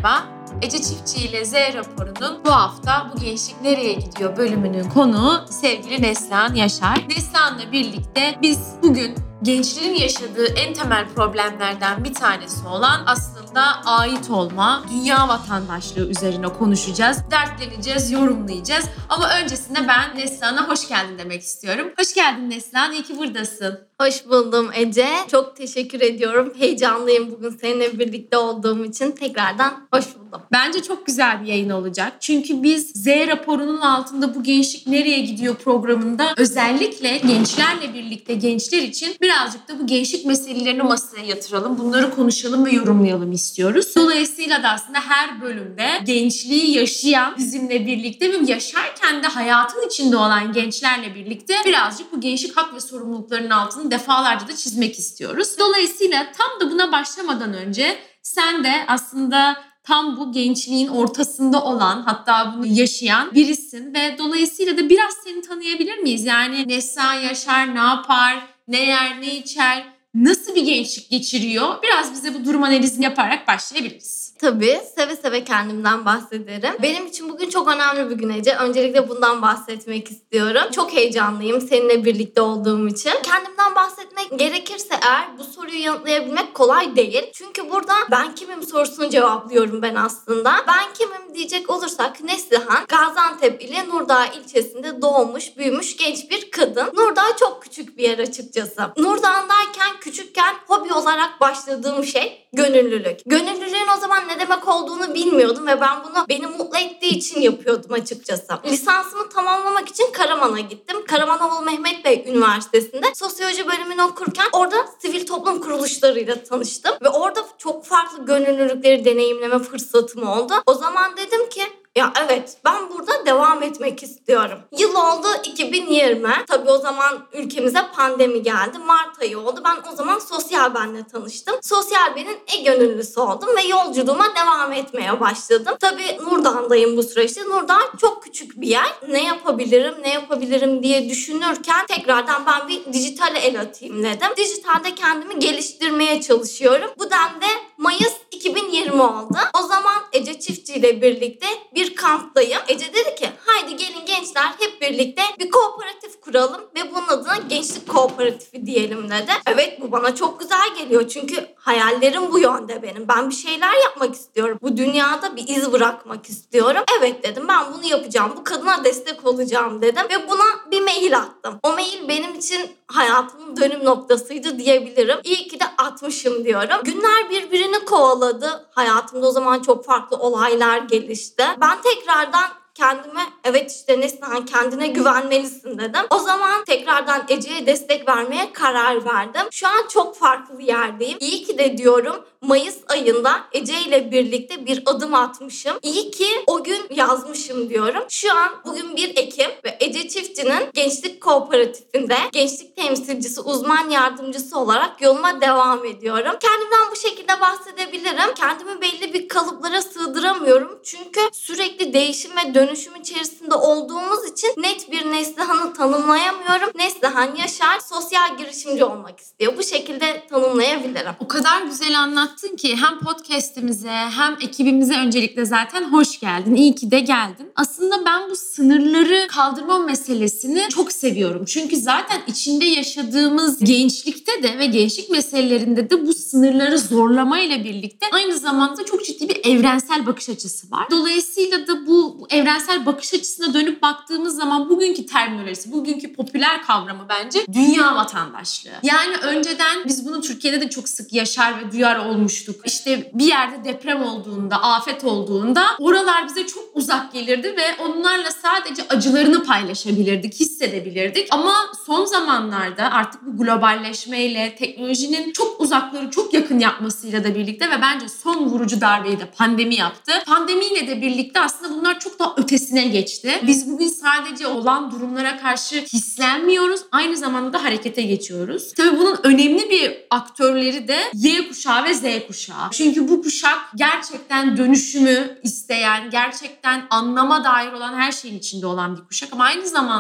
Merhaba, Ece Çiftçi ile Z raporunun bu hafta Bu Gençlik Nereye Gidiyor bölümünün konuğu sevgili Neslihan Yaşar. Neslihan'la birlikte biz bugün gençlerin yaşadığı en temel problemlerden bir tanesi olan aslında ait olma, dünya vatandaşlığı üzerine konuşacağız, dertleneceğiz, yorumlayacağız. Ama öncesinde ben Neslihan'a hoş geldin demek istiyorum. Hoş geldin Neslihan, iyi ki buradasın. Hoş buldum Ece. Çok teşekkür ediyorum. Heyecanlıyım bugün seninle birlikte olduğum için. Tekrardan hoş buldum. Bence çok güzel bir yayın olacak. Çünkü biz Z raporunun altında Bu Gençlik Nereye Gidiyor programında özellikle gençlerle birlikte gençler için birazcık da bu gençlik meselelerini masaya yatıralım. Bunları konuşalım ve yorumlayalım istiyoruz. Dolayısıyla da aslında her bölümde gençliği yaşayan bizimle birlikte ve yaşarken de hayatın içinde olan gençlerle birlikte birazcık bu gençlik hak ve sorumluluklarının altını defalarca da çizmek istiyoruz. Dolayısıyla tam da buna başlamadan önce sen de aslında tam bu gençliğin ortasında olan, hatta bunu yaşayan birisin ve dolayısıyla da biraz seni tanıyabilir miyiz? Yani Neslihan Yaşar ne yapar, ne yer, ne içer, nasıl bir gençlik geçiriyor? Biraz bize bu durum analizini yaparak başlayabiliriz. Tabii, seve seve kendimden bahsederim. Benim için bugün çok önemli bir gün Ece. Öncelikle bundan bahsetmek istiyorum. Çok heyecanlıyım seninle birlikte olduğum için. Kendimden bahsetmek gerekirse eğer bu soruyu yanıtlayabilmek kolay değil. Çünkü burada ben kimim sorusunu cevaplıyorum ben aslında. Ben kimim diyecek olursak Neslihan, Gaziantep ile Nurdağ ilçesinde doğmuş, büyümüş genç bir kadın. Nurdağ çok küçük bir yer açıkçası. Nurdağ'dayken küçükken hobi olarak başladığım şey gönüllülük. Gönüllülüğün o zaman ne demek olduğunu bilmiyordum ve ben bunu beni mutlu ettiği için yapıyordum açıkçası. Lisansımı tamamlamak için Karaman'a gittim. Karamanoğlu Mehmet Bey Üniversitesi'nde sosyoloji bölümünü okurken orada sivil toplum kuruluşlarıyla tanıştım ve orada çok farklı gönüllülükleri deneyimleme fırsatım oldu. O zaman dedim ki ya evet, ben burada devam etmek istiyorum. Yıl oldu 2020. Tabii o zaman ülkemize pandemi geldi. Mart ayı oldu. Ben o zaman Sosyal Ben'le tanıştım. Sosyal Ben'in gönüllüsü oldum ve yolculuğuma devam etmeye başladım. Tabii Nurdağ'dayım bu süreçte. Nurdağ çok küçük bir yer. Ne yapabilirim diye düşünürken tekrardan ben bir dijitale el atayım dedim. Dijitalde kendimi geliştirmeye çalışıyorum. Bu demde Mayıs 2020 oldu. O zaman Ece Çiftçi ile birlikte bir kamptayım. Ece dedi ki haydi gelin gençler hep birlikte bir kooperatif kuralım ve bunun adına Gençlik Kooperatifi diyelim dedi. Evet, bu bana çok güzel geliyor çünkü hayallerim bu yönde benim. Ben bir şeyler yapmak istiyorum. Bu dünyada bir iz bırakmak istiyorum. Evet dedim, ben bunu yapacağım. Bu kadına destek olacağım dedim ve buna bir mail attım. O mail benim için hayatımın dönüm noktasıydı diyebilirim. İyi ki de atmışım diyorum. Günler birbirini kovaladı. Hayatımda o zaman çok farklı olaylar gelişti. Ben tekrardan kendime evet işte Neslihan kendine güvenmelisin dedim. O zaman tekrardan Ece'ye destek vermeye karar verdim. Şu an çok farklı bir yerdeyim. İyi ki de diyorum Mayıs ayında Ece ile birlikte bir adım atmışım. İyi ki o gün yazmışım diyorum. Şu an bugün 1 Ekim ve Ece Çiftçi'nin Gençlik Kooperatifinde gençlik temsilcisi, uzman yardımcısı olarak yoluma devam ediyorum. Kendimden bu şekilde bahsedebilirim. Kendimi belli bir kalıplara sığdıramıyorum. Çünkü sürekli değişim ve dönüşüm içerisinde olduğumuz için net bir Neslihan'ı tanımlayamıyorum. Neslihan Yaşar sosyal girişimci olmak istiyor. Bu şekilde tanımlayabilirim. O kadar güzel anlattın ki hem podcast'imize hem ekibimize öncelikle zaten hoş geldin. İyi ki de geldin. Aslında ben bu sınırları kaldırma meselesini çok seviyorum. Çünkü zaten içinde yaşadığımız gençlikte de ve gençlik meselelerinde de bu sınırları zorlamayla birlikte aynı zamanda çok ciddi bir evrensel bakış açısı var. Dolayısıyla da bu evrensel bakış açısına dönüp baktığımız zaman bugünkü terminolojisi, bugünkü popüler kavramı bence dünya vatandaşlığı. Yani önceden biz bunu Türkiye'de de çok sık yaşar ve duyar olmuştuk. İşte bir yerde deprem olduğunda, afet olduğunda oralar bize çok uzak gelirdi ve onlarla sadece acılarını paylaşabilirdik, hissedebilirdik. Ama son zamanlarda artık bu globalleşmeyle, teknolojinin çok uzakları çok yakın yapmasıyla da birlikte ve bence son vurucu darbeyi de pandemi yaptı. Pandemiyle de birlikte aslında bunlar çok daha ötesine geçti. Biz bugün sadece olan durumlara karşı hislenmiyoruz, aynı zamanda da harekete geçiyoruz. Tabii bunun önemli bir aktörleri de Y kuşağı ve Z kuşağı. Çünkü bu kuşak gerçekten dönüşümü isteyen, gerçekten anlama dair olan her şeyin içinde olan bir kuşak. Ama aynı zamanda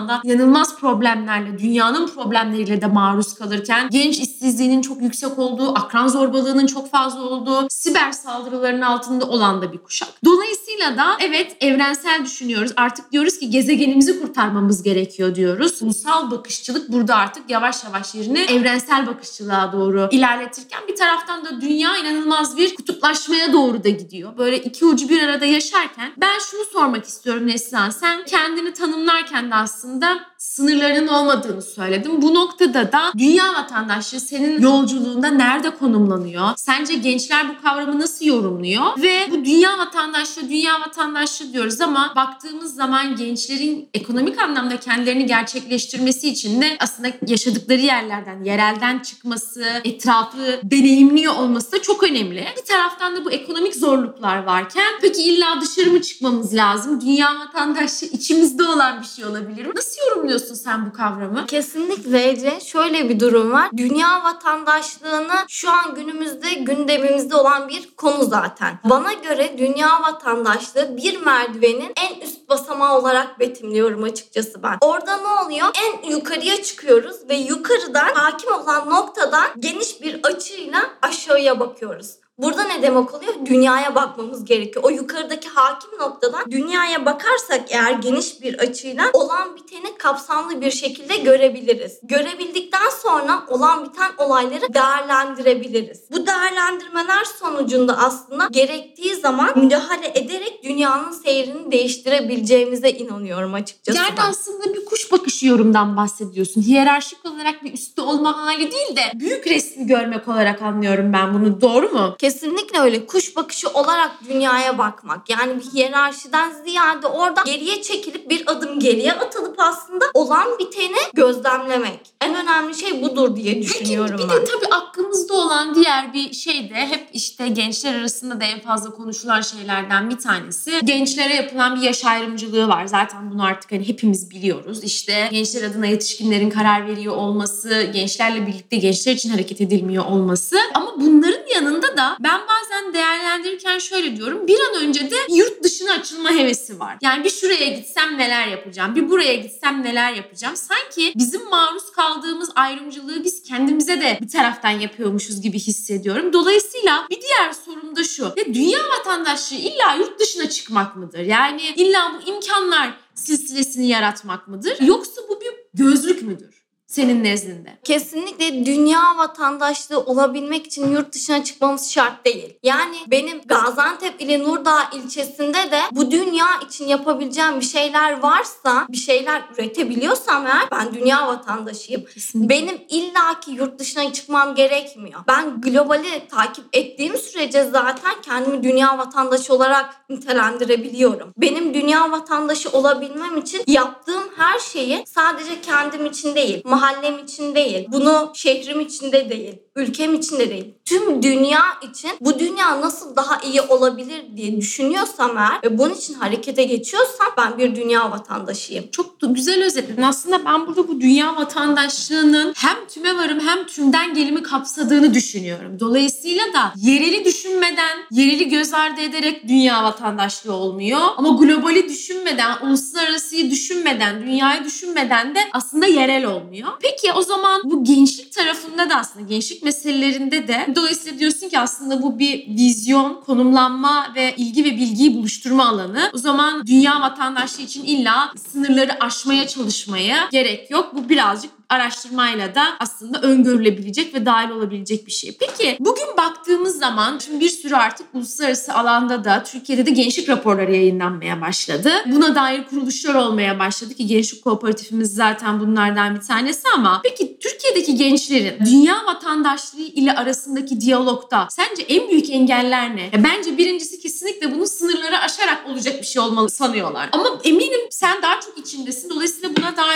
zamanda inanılmaz problemlerle, dünyanın problemleriyle de maruz kalırken genç işsizliğinin çok yüksek olduğu, akran zorbalığının çok fazla olduğu, siber saldırıların altında olan da bir kuşak. Dolayısıyla da evet evrensel düşünüyoruz. Artık diyoruz ki gezegenimizi kurtarmamız gerekiyor diyoruz. Ulusal bakışçılık burada artık yavaş yavaş yerini evrensel bakışçılığa doğru ilerletirken bir taraftan da dünya inanılmaz bir kutuplaşmaya doğru da gidiyor. Böyle iki ucu bir arada yaşarken ben şunu sormak istiyorum Neslihan. Sen kendini tanımlarken de aslında sınırlarının olmadığını söyledin. Bu noktada da dünya vatandaşlığı senin yolculuğunda nerede konumlanıyor? Sence gençler bu kavramı nasıl yorumluyor? Ve bu dünya vatandaşlığı diyoruz ama baktığımız zaman gençlerin ekonomik anlamda kendilerini gerçekleştirmesi için de aslında yaşadıkları yerlerden, yerelden çıkması, etrafı deneyimliyor olması da çok önemli. Bir taraftan da bu ekonomik zorluklar varken peki illa dışarı mı çıkmamız lazım? Dünya vatandaşlığı içimizde olan bir şey olabilir mi? Nasıl yorumluyorsun sen bu kavramı? Kesinlikle Ece. Şöyle bir durum var. Dünya vatandaşlığını şu an günümüzde gündemimizde olan bir konu zaten. Bana göre dünya vatandaşlığı bir merdivenin en üst basamağı olarak betimliyorum açıkçası ben. Orada ne oluyor? En yukarıya çıkıyoruz ve yukarıdan hakim olan noktadan geniş bir açıyla aşağıya bakıyoruz. Burada ne demek oluyor? Dünyaya bakmamız gerekiyor. O yukarıdaki hakim noktadan dünyaya bakarsak eğer geniş bir açıyla olan biteni kapsamlı bir şekilde görebiliriz. Görebildikten sonra olan biten olayları değerlendirebiliriz. Bu değerlendirmeler sonucunda aslında gerektiği zaman müdahale ederek dünyanın seyrini değiştirebileceğimize inanıyorum açıkçası. Yani aslında bir kuş bakışı yorumdan bahsediyorsun. Hiyerarşik olarak bir üstte olma hali değil de büyük resmi görmek olarak anlıyorum ben bunu. Doğru mu? Kesinlikle öyle. Kuş bakışı olarak dünyaya bakmak. Yani bir hiyerarşiden ziyade orada geriye çekilip bir adım geriye atılıp aslında olan biteni gözlemlemek. En önemli şey budur diye düşünüyorum Peki, ben. bir de tabii aklımızda olan diğer bir şey de hep işte gençler arasında da en fazla konuşulan şeylerden bir tanesi. Gençlere yapılan bir yaş ayrımcılığı var. Zaten bunu artık hani hepimiz biliyoruz. İşte gençler adına yetişkinlerin karar veriyor olması, gençlerle birlikte gençler için hareket edilmiyor olması. Ama bunların yanında da ben bazen değerlendirirken şöyle diyorum. Bir an önce de yurt dışına açılma hevesi var. Yani bir şuraya gitsem neler yapacağım, bir buraya gitsem neler yapacağım. Sanki bizim maruz kaldığımız ayrımcılığı biz kendimize de bir taraftan yapıyormuşuz gibi hissediyorum. Dolayısıyla bir diğer sorum da şu. Ya dünya vatandaşlığı illa yurt dışına çıkmak mıdır? Yani illa bu imkanlar silsilesini yaratmak mıdır? Yoksa bu bir gözlük müdür senin nezdinde? Kesinlikle dünya vatandaşlığı olabilmek için yurt dışına çıkmamız şart değil. Yani benim Gaziantep ili Nurdağ ilçesinde de bu dünya için yapabileceğim bir şeyler varsa, bir şeyler üretebiliyorsam eğer ben dünya vatandaşıyım. Kesinlikle. Benim illaki yurt dışına çıkmam gerekmiyor. Ben globali takip ettiğim sürece zaten kendimi dünya vatandaşı olarak nitelendirebiliyorum. Benim dünya vatandaşı olabilmem için yaptığım her şeyi sadece kendim için değil, mahallem için değil, bunu şehrim içinde değil, ülkem için de değil. Tüm dünya için bu dünya nasıl daha iyi olabilir diye düşünüyorsam eğer ve bunun için harekete geçiyorsam ben bir dünya vatandaşıyım. Çok güzel özetledin. Aslında ben burada bu dünya vatandaşlığının hem tüme varım hem tümden gelimi kapsadığını düşünüyorum. Dolayısıyla da yereli düşünmeden, yereli göz ardı ederek dünya vatandaşlığı olmuyor. Ama globali düşünmeden, uluslararasıyı düşünmeden, dünyayı düşünmeden de aslında yerel olmuyor. Peki o zaman bu gençlik tarafında da aslında gençlik meselelerinde de dolayısıyla diyorsun ki aslında bu bir vizyon, konumlanma ve ilgi ve bilgiyi buluşturma alanı. O zaman dünya vatandaşlığı için illa sınırları aşmaya çalışmaya gerek yok. Bu birazcık araştırmayla da aslında öngörülebilecek ve dahil olabilecek bir şey. Peki bugün baktığımız zaman şimdi bir sürü artık uluslararası alanda da Türkiye'de de gençlik raporları yayınlanmaya başladı. Buna dair kuruluşlar olmaya başladı ki gençlik kooperatifimiz zaten bunlardan bir tanesi ama peki Türkiye'deki gençlerin dünya vatandaşlığı ile arasındaki diyalogda sence en büyük engeller ne? Bence birincisi kesinlikle bunun sınırları aşarak olacak bir şey olmalı sanıyorlar. Ama eminim sen daha çok içindesin. Dolayısıyla buna dair nasıl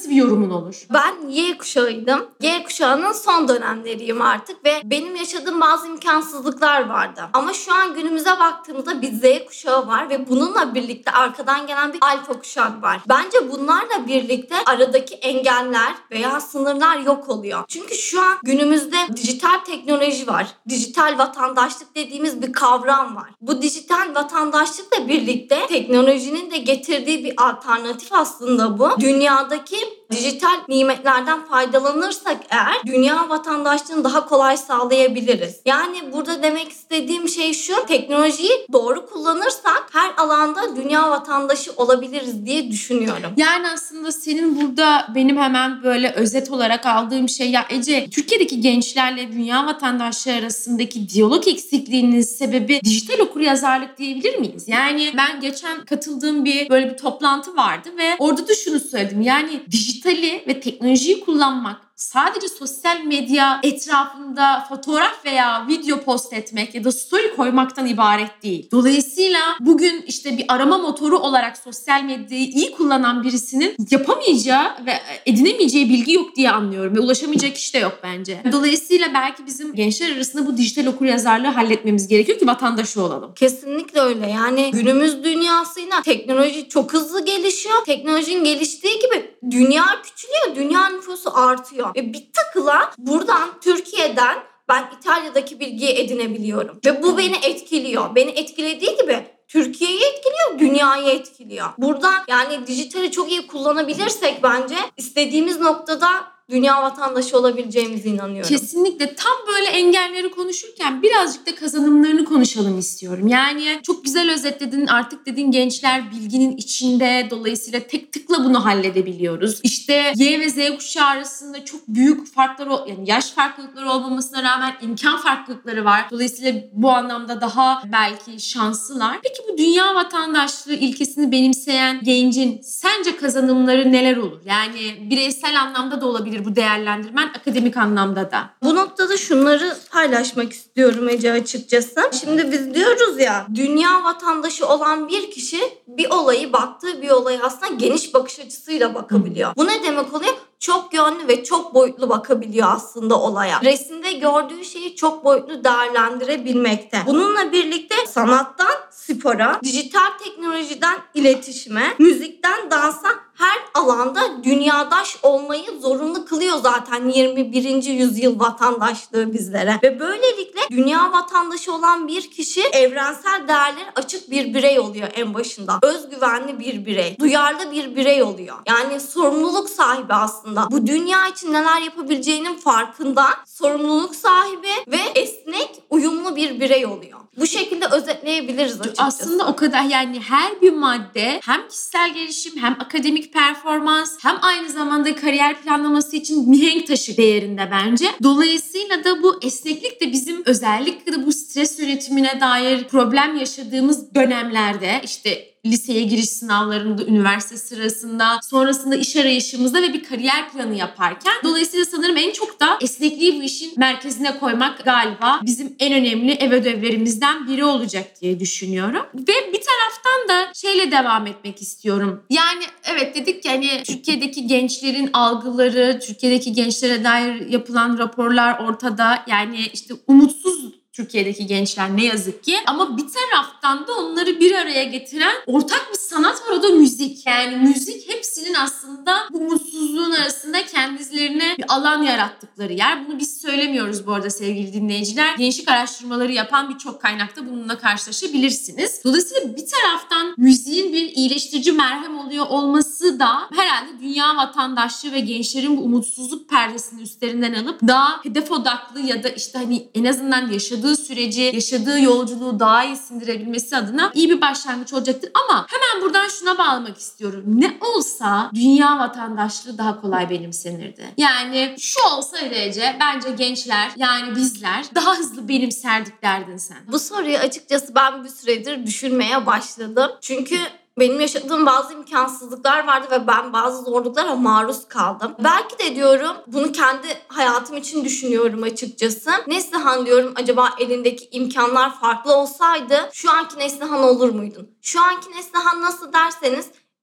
nasıl bir yorumun olur? Ben Y kuşağıydım. Y kuşağının son dönemleriyim artık ve benim yaşadığım bazı imkansızlıklar vardı. Ama şu an günümüze baktığımızda bir Z kuşağı var ve bununla birlikte arkadan gelen bir alfa kuşak var. Bence bunlarla birlikte aradaki engeller veya sınırlar yok oluyor. Çünkü şu an günümüzde dijital teknoloji var. Dijital vatandaşlık dediğimiz bir kavram var. Bu dijital vatandaşlıkla birlikte teknolojinin de getirdiği bir alternatif aslında bu. Dünyadaki dijital nimetlerden faydalanırsak eğer dünya vatandaşlığını daha kolay sağlayabiliriz. Yani burada demek istediğim şey şu: teknolojiyi doğru kullanırsak her alanda dünya vatandaşı olabiliriz diye düşünüyorum. Yani aslında senin burada benim hemen böyle özet olarak aldığım şey, ya Ece, Türkiye'deki gençlerle dünya vatandaşları arasındaki diyalog eksikliğinin sebebi dijital okuryazarlık diyebilir miyiz? Yani ben geçen katıldığım böyle bir toplantı vardı ve orada da şunu söyledim. Yani dijitali ve teknolojiyi kullanmak sadece sosyal medya etrafında fotoğraf veya video post etmek ya da story koymaktan ibaret değil. Dolayısıyla bugün işte bir arama motoru olarak sosyal medyayı iyi kullanan birisinin yapamayacağı ve edinemeyeceği bilgi yok diye anlıyorum ve ulaşamayacağı kişi de yok bence. Dolayısıyla belki bizim gençler arasında bu dijital okuryazarlığı halletmemiz gerekiyor ki vatandaşı olalım. Kesinlikle öyle. Yani günümüz dünyasıyla teknoloji çok hızlı gelişiyor. Teknolojinin geliştiği gibi dünya küçülüyor, dünya nüfusu artıyor. Ve bir tıkla buradan, Türkiye'den ben İtalya'daki bilgiyi edinebiliyorum. Ve bu beni etkiliyor. Beni etkilediği gibi Türkiye'yi etkiliyor, dünyayı etkiliyor. Burada yani dijitali çok iyi kullanabilirsek bence istediğimiz noktada dünya vatandaşı olabileceğimize inanıyorum. Kesinlikle. Tam böyle engelleri konuşurken birazcık da kazanımlarını konuşalım istiyorum. Yani çok güzel özetledin. Artık dedin gençler bilginin içinde. Dolayısıyla tek tıkla bunu halledebiliyoruz. İşte Y ve Z kuşağı arasında çok büyük farklar, yani yaş farklılıkları olmamasına rağmen imkan farklılıkları var. Dolayısıyla bu anlamda daha belki şanslılar. Peki bu dünya vatandaşlığı ilkesini benimseyen gencin sence kazanımları neler olur? Yani bireysel anlamda da olabilir bu değerlendirmen, akademik anlamda da. Bu noktada şunları paylaşmak istiyorum Ece, açıkçası. Şimdi biz diyoruz ya, dünya vatandaşı olan bir kişi baktığı bir olaya aslında geniş bakış açısıyla bakabiliyor. Bu ne demek oluyor? Çok yönlü ve çok boyutlu bakabiliyor aslında olaya. Resimde gördüğü şeyi çok boyutlu değerlendirebilmekte. Bununla birlikte sanattan spora, dijital teknolojiden iletişime, müzikten dansa her alanda dünyadaş olmayı zorunlu kılıyor zaten 21. yüzyıl vatandaşlığı bizlere. Ve böylelikle dünya vatandaşı olan bir kişi evrensel değerlere açık bir birey oluyor en başında. Özgüvenli bir birey, duyarlı bir birey oluyor. Yani sorumluluk sahibi aslında. Bu dünya için neler yapabileceğinin farkında, sorumluluk sahibi ve esnek, uyumlu bir birey oluyor. Bu şekilde özetleyebiliriz açıkçası. Aslında o kadar, yani her bir madde hem kişisel gelişim hem akademik performans hem aynı zamanda kariyer planlaması için mihenk taşı değerinde bence. Dolayısıyla da bu esneklik de bizim özellikle de bu stres yönetimine dair problem yaşadığımız dönemlerde, işte liseye giriş sınavlarında, üniversite sırasında, sonrasında iş arayışımızda ve bir kariyer planı yaparken, dolayısıyla sanırım en çok da esnekliği bu işin merkezine koymak galiba bizim en önemli ev ödevlerimizden biri olacak diye düşünüyorum. Ve bir taraftan da şeyle devam etmek istiyorum. Yani evet, dedik ki hani Türkiye'deki gençlerin algıları, Türkiye'deki gençlere dair yapılan raporlar ortada. Yani işte umutsuz Türkiye'deki gençler ne yazık ki. Ama bir taraftan da onları bir araya getiren ortak bir sanat var, o da müzik. Yani müzik hepsinin aslında bu mutsuzluğun arasında kendilerine bir alan yarattıkları yer. Bunu biz söylemiyoruz bu arada sevgili dinleyiciler. Gençlik araştırmaları yapan birçok kaynakta bununla karşılaşabilirsiniz. Dolayısıyla bir taraftan müziğin bir iyileştirici merhem oluyor olması da herhalde dünya vatandaşlığı ve gençlerin bu umutsuzluk perdesinin üstlerinden alıp daha hedef odaklı ya da işte hani en azından yaşadığı süreci, yaşadığı yolculuğu daha iyi sindirebilmesi adına iyi bir başlangıç olacaktır. Ama hemen buradan şuna bağlamak istiyorum. Ne olsa dünya vatandaşlığı daha kolay benimsenirdi. Yani şu olsaydı Ece, bence gençler, yani bizler daha hızlı benimserdik derdin sen. Bu soruyu açıkçası ben bir süredir düşünmeye başladım. Çünkü benim yaşadığım bazı imkansızlıklar vardı ve ben bazı zorluklara maruz kaldım. Belki de diyorum, bunu kendi hayatım için düşünüyorum açıkçası. Neslihan diyorum, acaba elindeki imkanlar farklı olsaydı şu anki Neslihan olur muydun? Şu anki Neslihan nasıl derseniz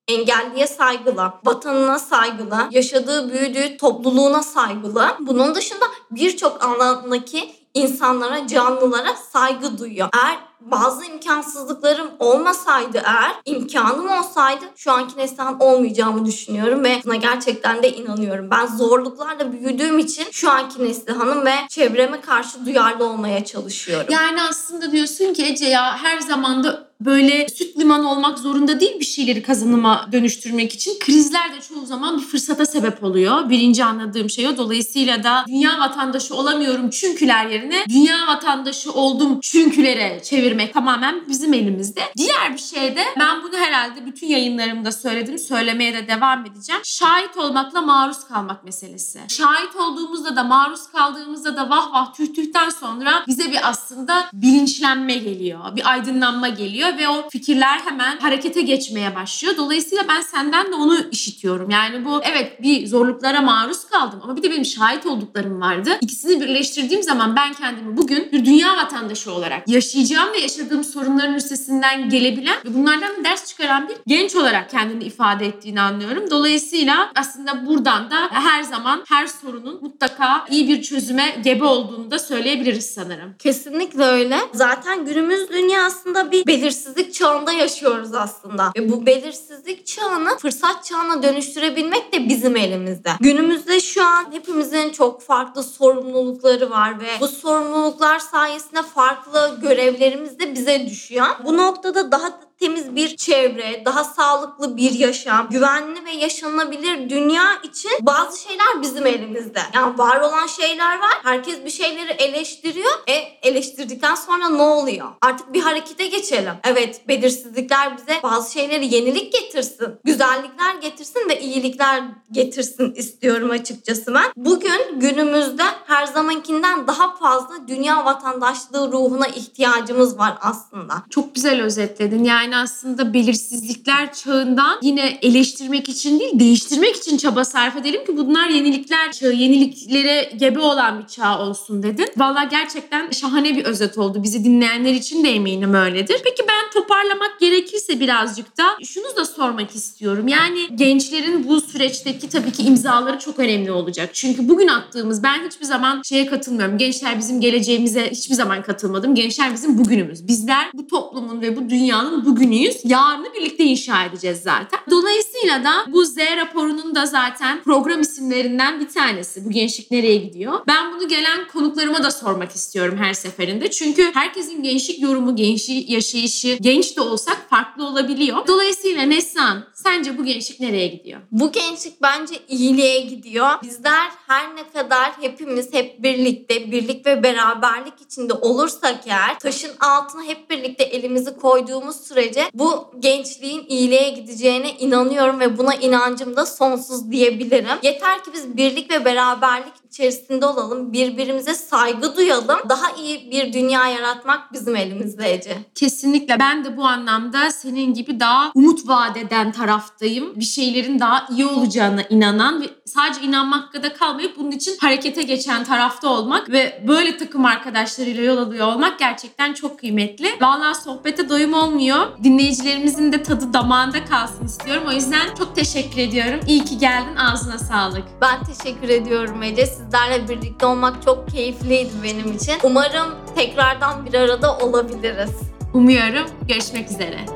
engelliye saygılı, vatanına saygılı, yaşadığı, büyüdüğü topluluğuna saygılı. Bunun dışında birçok alandaki insanlara, canlılara saygı duyuyor. Eğer bazı imkansızlıklarım olmasaydı, eğer imkanım olsaydı şu anki Neslihan olmayacağımı düşünüyorum ve buna gerçekten de inanıyorum. Ben zorluklarla büyüdüğüm için şu anki Neslihan'ım ve çevreme karşı duyarlı olmaya çalışıyorum. Yani aslında diyorsun ki Ece, ya her zaman da böyle süt liman olmak zorunda değil bir şeyleri kazanıma dönüştürmek için. Krizler de çoğu zaman bir fırsata sebep oluyor. Birinci anladığım şey o. Dolayısıyla da dünya vatandaşı olamıyorum çünküler yerine dünya vatandaşı oldum çünkülere çevirmek tamamen bizim elimizde. Diğer bir şey de, ben bunu herhalde bütün yayınlarımda söyledim, söylemeye de devam edeceğim. Şahit olmakla maruz kalmak meselesi. Şahit olduğumuzda da maruz kaldığımızda da vah vah tüh tühten sonra bize bir aslında bilinçlenme geliyor. Bir aydınlanma geliyor ve o fikirler hemen harekete geçmeye başlıyor. Dolayısıyla ben senden de onu işitiyorum. Yani bu, evet, bir zorluklara maruz kaldım ama bir de benim şahit olduklarım vardı. İkisini birleştirdiğim zaman ben kendimi bugün bir dünya vatandaşı olarak yaşayacağım ve yaşadığım sorunların üstesinden gelebilen ve bunlardan da ders çıkaran bir genç olarak kendini ifade ettiğini anlıyorum. Dolayısıyla aslında buradan da her zaman her sorunun mutlaka iyi bir çözüme gebe olduğunu da söyleyebiliriz sanırım. Kesinlikle öyle. Zaten günümüz dünyasında bir belirsizlik çağında yaşıyoruz aslında. Ve bu belirsizlik çağını fırsat çağına dönüştürebilmek de bizim elimizde. Günümüzde şu an hepimizin çok farklı sorumlulukları var ve bu sorumluluklar sayesinde farklı görevlerimiz de bize düşüyor. Bu noktada daha temiz bir çevre, daha sağlıklı bir yaşam, güvenli ve yaşanabilir dünya için bazı şeyler bizim elimizde. Yani var olan şeyler var. Herkes bir şeyleri eleştiriyor. Eleştirdikten sonra ne oluyor? Artık bir harekete geçelim. Evet, belirsizlikler bize bazı şeyleri yenilik getirsin, güzellikler getirsin ve iyilikler getirsin istiyorum açıkçası ben. Bugün günümüzde her zamankinden daha fazla dünya vatandaşlığı ruhuna ihtiyacımız var aslında. Çok güzel özetledin. Yani aslında belirsizlikler çağından yine eleştirmek için değil, değiştirmek için çaba sarf edelim ki bunlar yenilikler çağı, yeniliklere gebe olan bir çağ olsun dedin. Vallahi gerçekten şahane bir özet oldu. Bizi dinleyenler için de eminim öyledir. Peki ben toparlamak gerekirse birazcık da şunu da sormak istiyorum. Yani gençlerin bu süreçteki tabii ki imzaları çok önemli olacak. Çünkü bugün attığımız, ben hiçbir zaman şeye katılmıyorum. Gençler bizim geleceğimize hiçbir zaman katılmadım. Gençler bizim bugünümüz. Bizler bu toplumun ve bu dünyanın bugünüyüz. Yarını birlikte inşa edeceğiz zaten. Dolayısıyla da bu Z raporunun da zaten program isimlerinden bir tanesi. Bu gençlik nereye gidiyor? Ben bunu gelen konuklarıma da sormak istiyorum her seferinde. Çünkü herkesin gençlik yorumu, gençlik yaşayışı, genç de olsak farklı olabiliyor. Dolayısıyla Neslihan, sence bu gençlik nereye gidiyor? Bu gençlik bence iyiliğe gidiyor. Bizler her ne kadar hepimiz hep birlikte, birlik ve beraberlik içinde olursak eğer, taşın altına hep birlikte elimizi koyduğumuz sürece bu gençliğin iyiliğe gideceğine inanıyorum ve buna inancım da sonsuz diyebilirim. Yeter ki biz birlik ve beraberlik içerisinde olalım, birbirimize saygı duyalım. Daha iyi bir dünya yaratmak bizim elimizde Ece. Kesinlikle. Ben de bu anlamda senin gibi daha umut vaat eden taraftayım. Bir şeylerin daha iyi olacağına inanan ve sadece inanmakla da kalmayıp bunun için harekete geçen tarafta olmak ve böyle takım arkadaşlarıyla yol alıyor olmak gerçekten çok kıymetli. Vallahi sohbete doyum olmuyor. Dinleyicilerimizin de tadı damağında kalsın istiyorum. O yüzden çok teşekkür ediyorum. İyi ki geldin. Ağzına sağlık. Ben teşekkür ediyorum Ece. Sizlerle birlikte olmak çok keyifliydi benim için. Umarım tekrardan bir arada olabiliriz. Umuyorum. Görüşmek üzere.